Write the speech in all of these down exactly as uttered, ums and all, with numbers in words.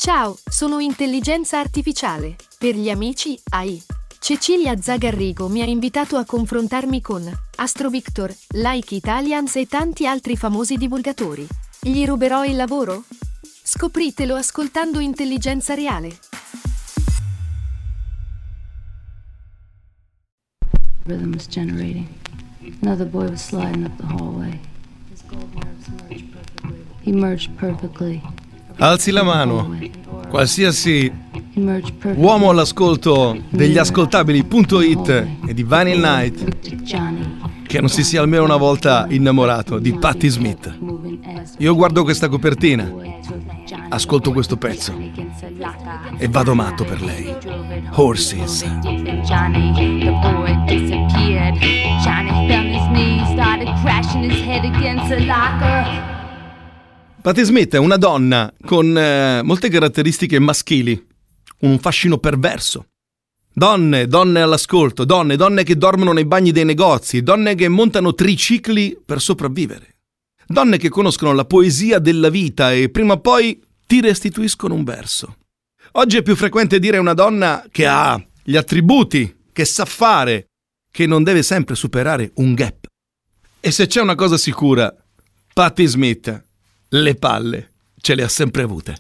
Ciao, sono intelligenza artificiale. Per gli amici, A I. Cecilia Zagarrigo mi ha invitato a confrontarmi con Astro Victor, Like Italians e tanti altri famosi divulgatori. Gli ruberò il lavoro? Scopritelo ascoltando Intelligenza Reale. Rhythm was generating. Another boy was sliding up the hallway. His gold nerves merged perfectly. He merged perfectly. Alzi la mano, qualsiasi uomo all'ascolto degli ascoltabili punto it e di Vinyl Night che non si sia almeno una volta innamorato di Patti Smith. Io guardo questa copertina, ascolto questo pezzo e vado matto per lei. Horses. Patti Smith è una donna con eh, molte caratteristiche maschili, un fascino perverso. Donne, donne all'ascolto, donne, donne che dormono nei bagni dei negozi, donne che montano tricicli per sopravvivere. Donne che conoscono la poesia della vita e prima o poi ti restituiscono un verso. Oggi è più frequente dire una donna che ha gli attributi, che sa fare, che non deve sempre superare un gap. E se c'è una cosa sicura, Patti Smith le palle ce le ha sempre avute.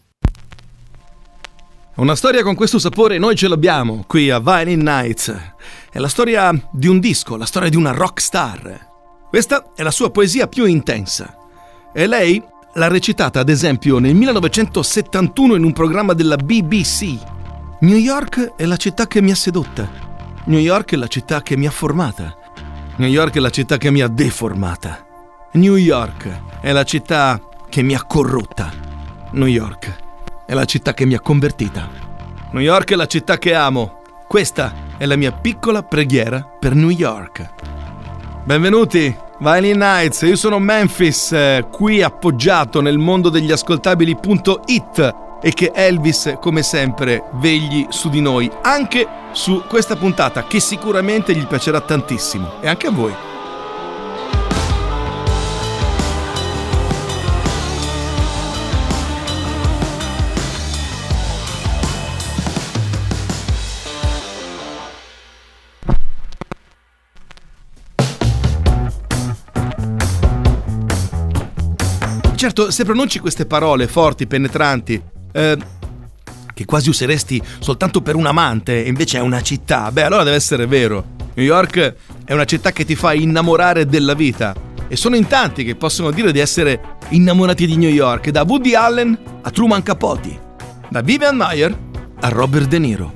Una storia con questo sapore noi ce l'abbiamo qui a Vinyl Nights. È la storia di un disco, la storia di una rock star. Questa è la sua poesia più intensa. E lei l'ha recitata, ad esempio, nel millenovecentosettantuno in un programma della B B C. New York è la città che mi ha sedotta. New York è la città che mi ha formata. New York è la città che mi ha deformata. New York è la città che mi ha corrotta. New York è la città che mi ha convertita. New York è la città che amo. Questa è la mia piccola preghiera per New York. Benvenuti, Vinyl Nights. Io sono Memphis, eh, qui appoggiato nel mondo degli ascoltabili punto it, e che Elvis, come sempre, vegli su di noi, anche su questa puntata che sicuramente gli piacerà tantissimo, e anche a voi. Certo, se pronunci queste parole forti, penetranti, eh, che quasi useresti soltanto per un amante e invece è una città, beh, allora deve essere vero. New York è una città che ti fa innamorare della vita, e sono in tanti che possono dire di essere innamorati di New York, da Woody Allen a Truman Capote, da Vivian Maier a Robert De Niro.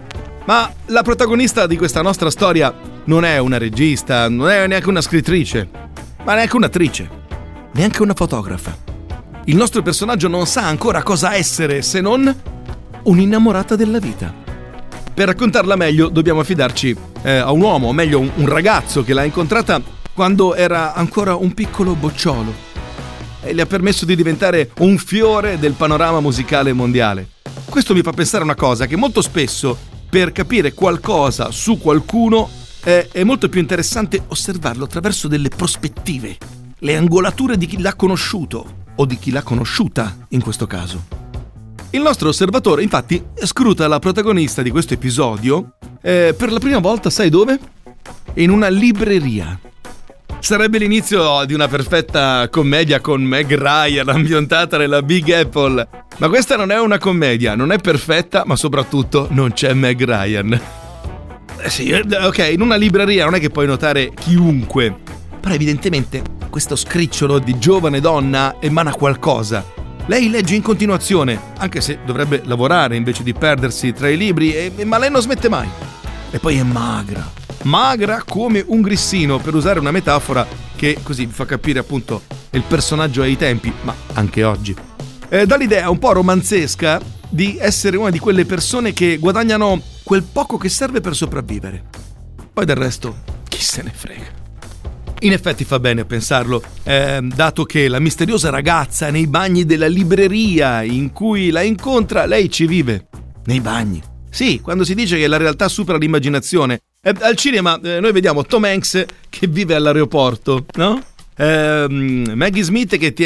Ma la protagonista di questa nostra storia non è una regista, non è neanche una scrittrice, ma neanche un'attrice, neanche una fotografa. Il nostro personaggio non sa ancora cosa essere se non un'innamorata della vita. Per raccontarla meglio dobbiamo affidarci eh, a un uomo, o meglio un, un ragazzo che l'ha incontrata quando era ancora un piccolo bocciolo e le ha permesso di diventare un fiore del panorama musicale mondiale. Questo mi fa pensare una cosa, che molto spesso per capire qualcosa su qualcuno eh, è molto più interessante osservarlo attraverso delle prospettive, le angolature di chi l'ha conosciuto o di chi l'ha conosciuta in questo caso. Il nostro osservatore infatti scruta la protagonista di questo episodio eh, per la prima volta, sai dove? In una libreria. Sarebbe l'inizio di una perfetta commedia con Meg Ryan ambientata nella Big Apple, ma questa non è una commedia, non è perfetta, ma soprattutto non c'è Meg Ryan. Eh sì, ok, in una libreria non è che puoi notare chiunque, però evidentemente questo scricciolo di giovane donna emana qualcosa. Lei legge in continuazione, anche se dovrebbe lavorare invece di perdersi tra i libri, e, ma lei non smette mai. E poi è magra, magra come un grissino, per usare una metafora che così vi fa capire appunto il personaggio ai tempi, ma anche oggi. Eh, dà l'idea un po' romanzesca di essere una di quelle persone che guadagnano quel poco che serve per sopravvivere. Poi del resto, chi se ne frega. In effetti fa bene a pensarlo, eh, dato che la misteriosa ragazza nei bagni della libreria in cui la incontra, lei ci vive. Nei bagni. Sì, quando si dice che la realtà supera l'immaginazione. Eh, al cinema eh, noi vediamo Tom Hanks che vive all'aeroporto, no? Eh, Maggie Smith che tiene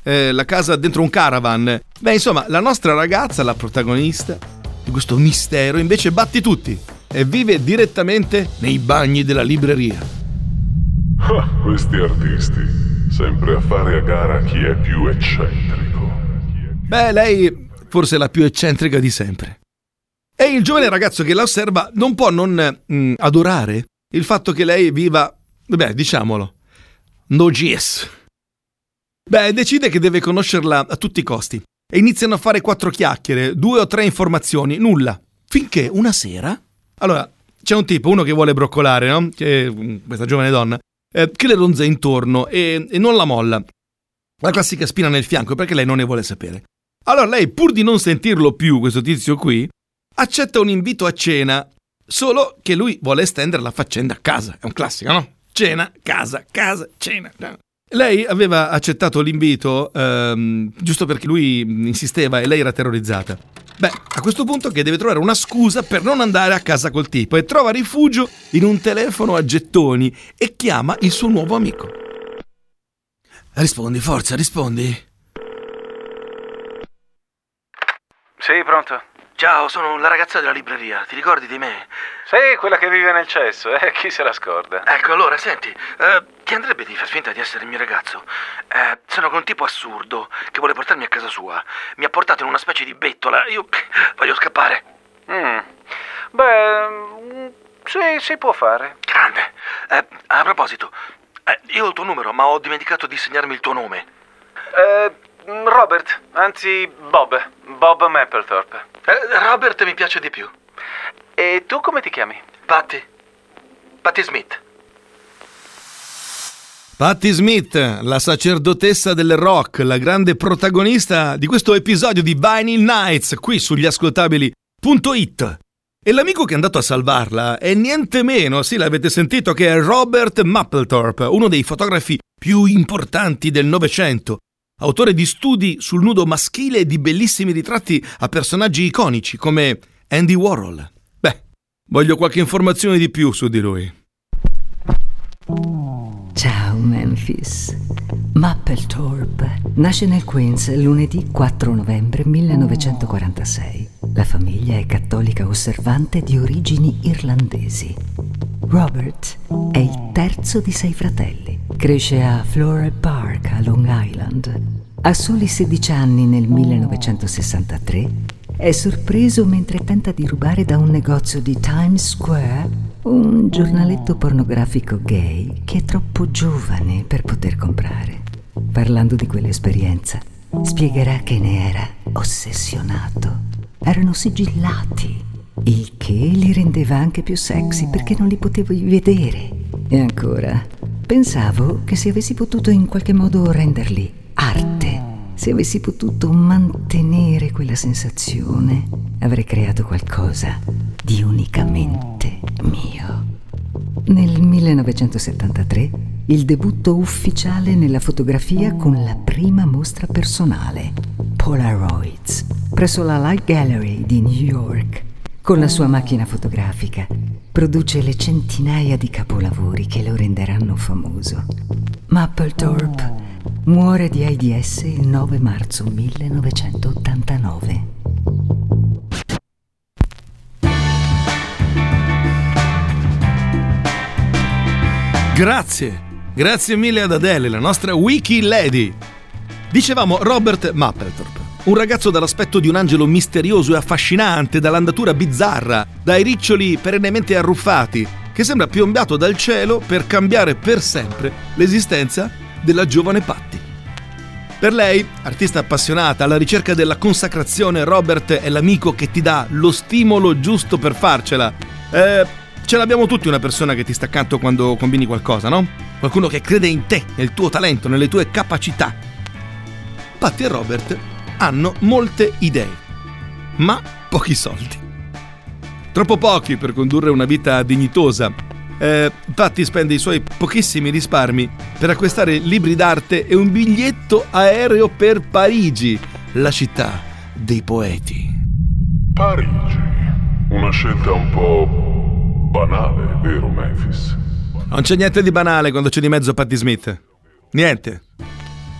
eh, la casa dentro un caravan. Beh, insomma, la nostra ragazza, la protagonista di questo mistero, invece batte tutti e vive direttamente nei bagni della libreria. Ah, questi artisti, sempre a fare a gara chi è più eccentrico. Beh, lei forse è la più eccentrica di sempre. E il giovane ragazzo che la osserva non può non mh, adorare il fatto che lei viva, beh, diciamolo, no G-S. Beh, decide che deve conoscerla a tutti i costi e iniziano a fare quattro chiacchiere, due o tre informazioni, nulla. Finché una sera, allora, c'è un tipo, uno che vuole broccolare, no? Che, questa giovane donna, eh, che le ronza intorno e, e non la molla. La classica spina nel fianco, perché lei non ne vuole sapere. Allora lei, pur di non sentirlo più, questo tizio qui, accetta un invito a cena, solo che lui vuole estendere la faccenda a casa. È un classico, no? Cena, casa, casa, cena. Lei aveva accettato l'invito ehm, giusto perché lui insisteva e lei era terrorizzata. Beh, a questo punto che deve trovare una scusa per non andare a casa col tipo e trova rifugio in un telefono a gettoni e chiama il suo nuovo amico. Rispondi, forza, rispondi. Sì, pronto? Ciao, sono la ragazza della libreria, ti ricordi di me? Sì, quella che vive nel cesso, eh? Chi se la scorda? Ecco, allora, senti, eh, ti andrebbe di far finta di essere il mio ragazzo? Eh, sono con un tipo assurdo che vuole portarmi a casa sua. Mi ha portato in una specie di bettola, io voglio scappare. Mm. Beh, sì, si può fare. Grande. Eh, a proposito, eh, io ho il tuo numero, ma ho dimenticato di segnarmi il tuo nome. Eh, Robert, anzi Bob, Bob Mapplethorpe. Eh, Robert mi piace di più. E tu come ti chiami? Patti. Patti Smith. Patti Smith, la sacerdotessa del rock, la grande protagonista di questo episodio di Vinyl Nights, qui sugli ascoltabili punto it. E l'amico che è andato a salvarla è niente meno, sì, l'avete sentito, che è Robert Mapplethorpe, uno dei fotografi più importanti del Novecento. Autore di studi sul nudo maschile e di bellissimi ritratti a personaggi iconici come Andy Warhol. Beh, voglio qualche informazione di più su di lui. Ciao Memphis. Mapplethorpe nasce nel Queens lunedì quattro novembre millenovecentoquarantasei. La famiglia è cattolica osservante di origini irlandesi. Robert è il terzo di sei fratelli. Cresce a Floral Park, a Long Island. A soli sedici anni, nel millenovecentosessantatré, è sorpreso mentre tenta di rubare da un negozio di Times Square un giornaletto pornografico gay che è troppo giovane per poter comprare. Parlando di quell'esperienza, spiegherà che ne era ossessionato. Erano sigillati, il che li rendeva anche più sexy perché non li potevi vedere. E ancora, pensavo che se avessi potuto in qualche modo renderli arte, se avessi potuto mantenere quella sensazione, avrei creato qualcosa di unicamente mio. Nel millenovecentosettantatré, il debutto ufficiale nella fotografia con la prima mostra personale, Polaroids, presso la Light Gallery di New York. Con la sua macchina fotografica produce le centinaia di capolavori che lo renderanno famoso. Mapplethorpe muore di AIDS il nove marzo millenovecentottantanove. Grazie, grazie mille ad Adele, la nostra Wiki Lady. Dicevamo Robert Mapplethorpe, un ragazzo dall'aspetto di un angelo misterioso e affascinante, dall'andatura bizzarra, dai riccioli perennemente arruffati, che sembra piombato dal cielo per cambiare per sempre l'esistenza della giovane Patti. Per lei, artista appassionata alla ricerca della consacrazione, Robert è l'amico che ti dà lo stimolo giusto per farcela. Eh, ce l'abbiamo tutti una persona che ti sta accanto quando combini qualcosa, no? Qualcuno che crede in te, nel tuo talento, nelle tue capacità. Patti e Robert hanno molte idee, ma pochi soldi. Troppo pochi per condurre una vita dignitosa. Eh, Patti spende i suoi pochissimi risparmi per acquistare libri d'arte e un biglietto aereo per Parigi, la città dei poeti. Parigi, una scelta un po' banale, vero Memphis? Non c'è niente di banale quando c'è di mezzo Patti Smith. Niente.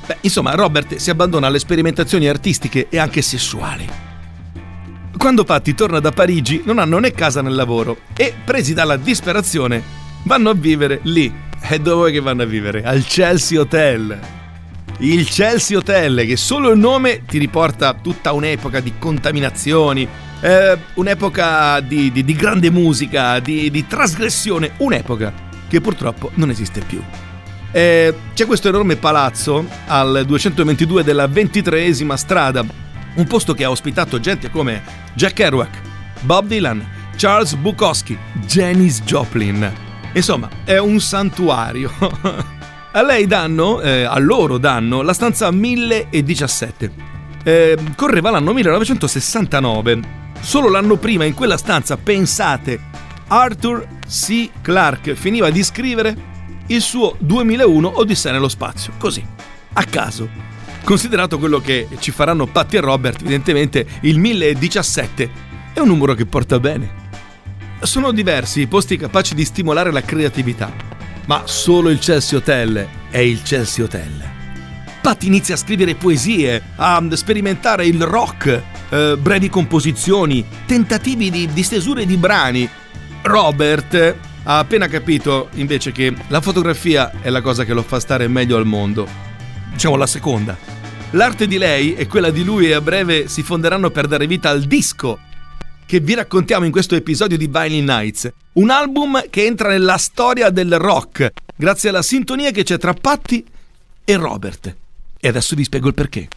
Beh, insomma, Robert si abbandona alle sperimentazioni artistiche e anche sessuali. Quando Patti torna da Parigi non hanno né casa né lavoro e, presi dalla disperazione, vanno a vivere lì. E dove che vanno a vivere? Al Chelsea Hotel. Il Chelsea Hotel, che solo il nome ti riporta tutta un'epoca di contaminazioni, eh, un'epoca di, di, di grande musica, di, di trasgressione, un'epoca che purtroppo non esiste più. Eh, c'è questo enorme palazzo al duecentoventidue della ventitreesima strada, un posto che ha ospitato gente come Jack Kerouac, Bob Dylan, Charles Bukowski, Janis Joplin. Insomma, è un santuario. A lei danno, eh, a loro danno, la stanza mille diciassette. Eh, correva l'anno millenovecentosessantanove. Solo l'anno prima in quella stanza, pensate, Arthur C. Clarke finiva di scrivere il suo duemilauno Odissea nello spazio. Così, a caso. Considerato quello che ci faranno Patti e Robert, evidentemente il mille diciassette è un numero che porta bene. Sono diversi i posti capaci di stimolare la creatività, ma solo il Chelsea Hotel è il Chelsea Hotel. Patti inizia a scrivere poesie, a sperimentare il rock, eh, brevi composizioni, tentativi di, di stesure di brani. Robert ha appena capito invece che la fotografia è la cosa che lo fa stare meglio al mondo. Diciamo la seconda. L'arte di lei e quella di lui a breve si fonderanno per dare vita al disco che vi raccontiamo in questo episodio di Vinyl Nights. Un album che entra nella storia del rock grazie alla sintonia che c'è tra Patti e Robert. E adesso vi spiego il perché.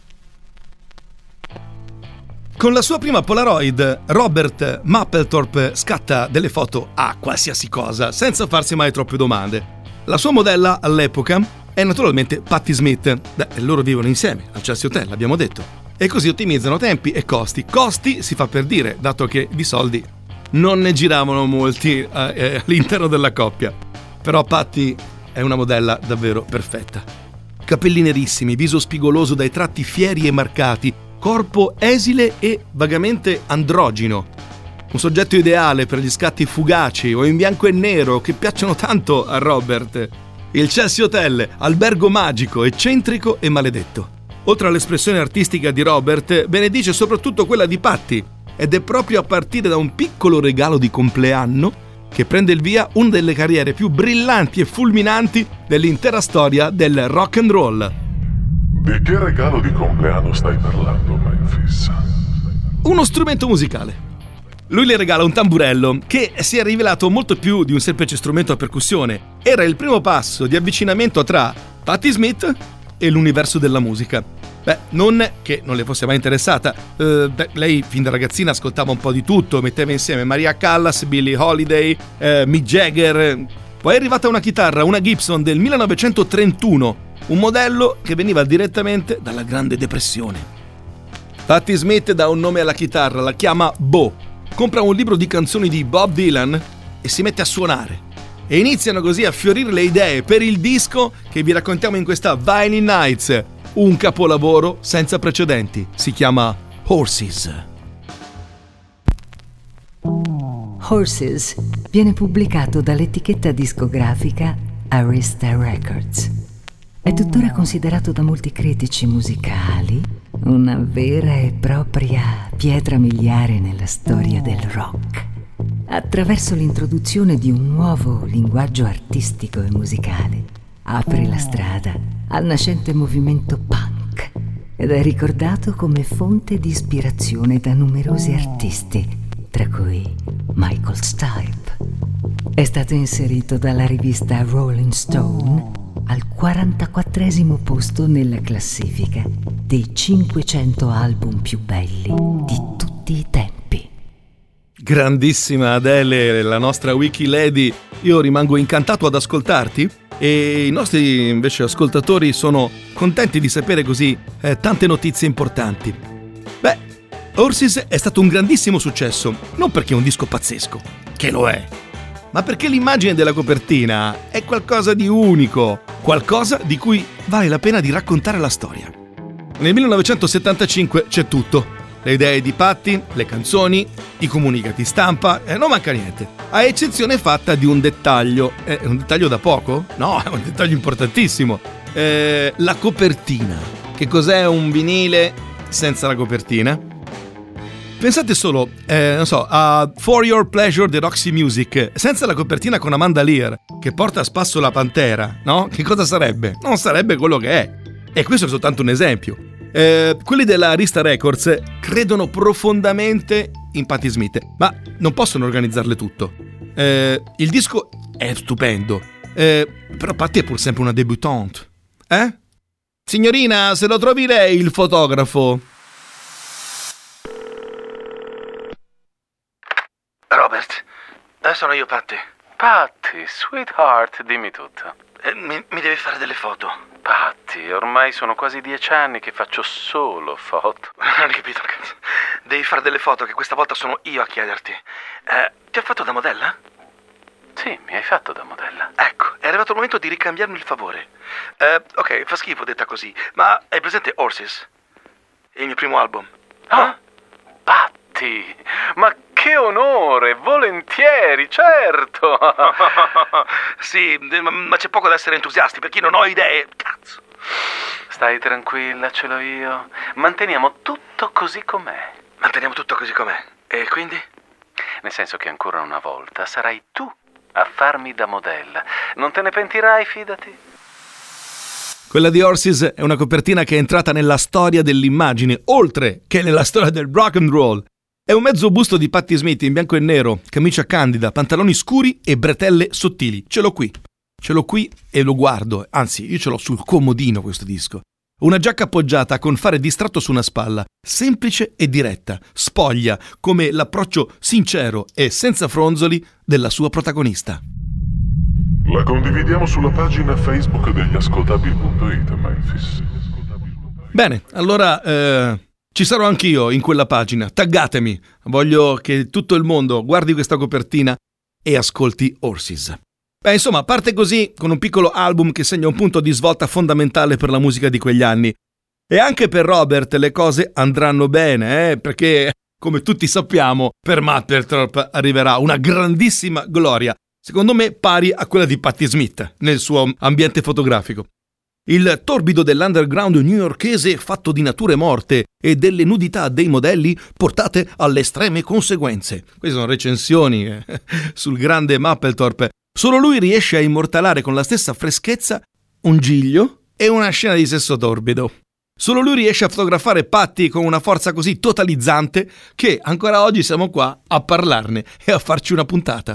Con la sua prima Polaroid, Robert Mapplethorpe scatta delle foto a qualsiasi cosa, senza farsi mai troppe domande. La sua modella all'epoca è naturalmente Patti Smith. Beh, loro vivono insieme al Chelsea Hotel, abbiamo detto. E così ottimizzano tempi e costi. Costi si fa per dire, dato che di soldi non ne giravano molti eh, all'interno della coppia. Però Patti è una modella davvero perfetta. Capelli nerissimi, viso spigoloso dai tratti fieri e marcati, corpo esile e vagamente androgino. Un soggetto ideale per gli scatti fugaci o in bianco e nero che piacciono tanto a Robert. Il Chelsea Hotel, albergo magico, eccentrico e maledetto. Oltre all'espressione artistica di Robert, benedice soprattutto quella di Patti, ed è proprio a partire da un piccolo regalo di compleanno che prende il via una delle carriere più brillanti e fulminanti dell'intera storia del rock and roll. Di che regalo di compleanno stai parlando, Memphis? Uno strumento musicale. Lui le regala un tamburello che si è rivelato molto più di un semplice strumento a percussione. Era il primo passo di avvicinamento tra Patti Smith e l'universo della musica. Beh, non che non le fosse mai interessata. Uh, beh, lei fin da ragazzina ascoltava un po' di tutto, metteva insieme Maria Callas, Billie Holiday, uh, Mick Jagger. Poi è arrivata una chitarra, una Gibson del millenovecentotrentuno, un modello che veniva direttamente dalla Grande Depressione. Patti Smith dà un nome alla chitarra, la chiama Bo, compra un libro di canzoni di Bob Dylan e si mette a suonare. E iniziano così a fiorire le idee per il disco che vi raccontiamo in questa Vinyl Nights, un capolavoro senza precedenti. Si chiama Horses. Horses viene pubblicato dall'etichetta discografica Arista Records. È tuttora considerato da molti critici musicali una vera e propria pietra miliare nella storia del rock. Attraverso l'introduzione di un nuovo linguaggio artistico e musicale, apre la strada al nascente movimento punk ed è ricordato come fonte di ispirazione da numerosi artisti, tra cui Michael Stipe. È stato inserito dalla rivista Rolling Stone al quarantaquattresimo posto nella classifica dei cinquecento album più belli di tutti i tempi. Grandissima Adele, la nostra Wiki Lady. Io rimango incantato ad ascoltarti e i nostri invece ascoltatori sono contenti di sapere così eh, tante notizie importanti. Beh, Horses è stato un grandissimo successo, non perché è un disco pazzesco, che lo è, ma perché l'immagine della copertina è qualcosa di unico, qualcosa di cui vale la pena di raccontare la storia. Nel millenovecentosettantacinque c'è tutto. Le idee di Patti, le canzoni, i comunicati stampa, e non manca niente, a eccezione fatta di un dettaglio. È un dettaglio da poco? No, è un dettaglio importantissimo. eh, la copertina. Che cos'è un vinile senza la copertina? Pensate solo, eh, non so, a For Your Pleasure di Roxy Music, senza la copertina con Amanda Lear, che porta a spasso la pantera, no? Che cosa sarebbe? Non sarebbe quello che è. E questo è soltanto un esempio. Eh, quelli della Arista Records credono profondamente in Patti Smith, ma non possono organizzarle tutto. Eh, il disco è stupendo, eh, però Patti è pur sempre una debutante. Eh? Signorina, se lo trovi lei il fotografo? Robert, eh, sono io, Patti. Patti, sweetheart, dimmi tutto. Eh, mi, mi devi fare delle foto. Patti, ormai sono quasi dieci anni che faccio solo foto. Non hai capito, cazzo. Devi fare delle foto, che questa volta sono io a chiederti. Eh, ti ho fatto da modella? Sì, mi hai fatto da modella. Ecco, è arrivato il momento di ricambiarmi il favore. Eh, ok, fa schifo detta così, ma hai presente Horses? Il mio primo album. Ah, Patti, ma che onore, volentieri, certo. Sì, ma, ma c'è poco da essere entusiasti, perché non ho idee. Cazzo. Stai tranquilla, ce l'ho io. Manteniamo tutto così com'è. Manteniamo tutto così com'è. E quindi? Nel senso che ancora una volta sarai tu a farmi da modella. Non te ne pentirai, fidati. Quella di Horses è una copertina che è entrata nella storia dell'immagine, oltre che nella storia del rock and roll. È un mezzo busto di Patti Smith in bianco e nero, camicia candida, pantaloni scuri e bretelle sottili. Ce l'ho qui. Ce l'ho qui e lo guardo. Anzi, io ce l'ho sul comodino questo disco. Una giacca appoggiata con fare distratto su una spalla, semplice e diretta, spoglia, come l'approccio sincero e senza fronzoli della sua protagonista. La condividiamo sulla pagina Facebook degli ascoltabili punto it, Memphis. Bene, allora eh, ci sarò anch'io in quella pagina. Taggatemi. Voglio che tutto il mondo guardi questa copertina e ascolti Horses. Beh, insomma, parte così con un piccolo album che segna un punto di svolta fondamentale per la musica di quegli anni. E anche per Robert le cose andranno bene, eh, perché, come tutti sappiamo, per Mapplethorpe arriverà una grandissima gloria, secondo me pari a quella di Patti Smith nel suo ambiente fotografico. Il torbido dell'underground newyorkese fatto di nature morte e delle nudità dei modelli portate alle estreme conseguenze. Queste sono recensioni eh, sul grande Mapplethorpe. Solo lui riesce a immortalare con la stessa freschezza un giglio e una scena di sesso torbido. Solo lui riesce a fotografare Patti con una forza così totalizzante che ancora oggi siamo qua a parlarne e a farci una puntata.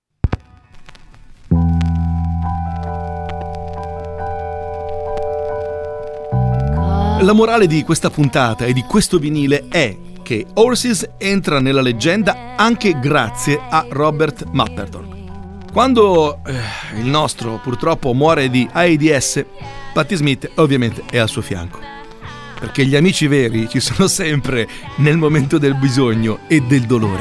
La morale di questa puntata e di questo vinile è che Horses entra nella leggenda anche grazie a Robert Mapplethorpe. Quando eh, il nostro purtroppo muore di AIDS, Patti Smith ovviamente è al suo fianco. Perché gli amici veri ci sono sempre nel momento del bisogno e del dolore.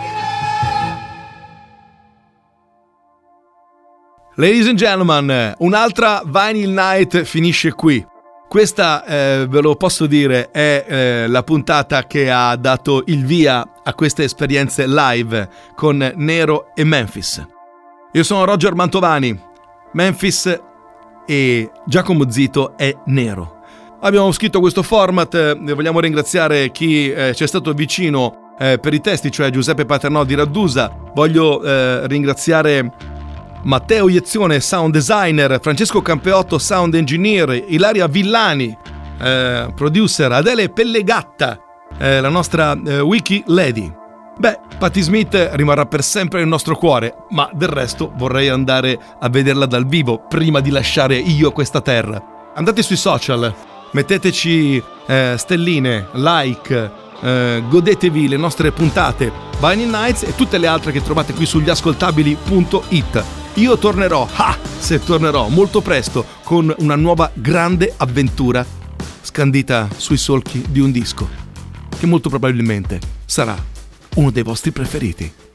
Ladies and gentlemen, un'altra Vinyl Night finisce qui. Questa, eh, ve lo posso dire, è eh, la puntata che ha dato il via a queste esperienze live con Nero e Memphis. Io sono Roger Mantovani, Memphis e Giacomo Zito è Nero. Abbiamo scritto questo format, eh, vogliamo ringraziare chi eh, ci è stato vicino eh, per i testi, cioè Giuseppe Paternò di Raddusa. Voglio eh, ringraziare Matteo Iezione, sound designer, Francesco Campeotto, sound engineer, Ilaria Villani, eh, producer, Adele Pellegatta, eh, la nostra eh, wiki lady. Beh, Patti Smith rimarrà per sempre nel nostro cuore, ma del resto vorrei andare a vederla dal vivo prima di lasciare io questa terra. Andate sui social, metteteci eh, stelline, like, eh, godetevi le nostre puntate, Vinyl Nights e tutte le altre che trovate qui sugli ascoltabili punto it. Io tornerò, ah, se tornerò molto presto con una nuova grande avventura scandita sui solchi di un disco che molto probabilmente sarà uno dei vostri preferiti.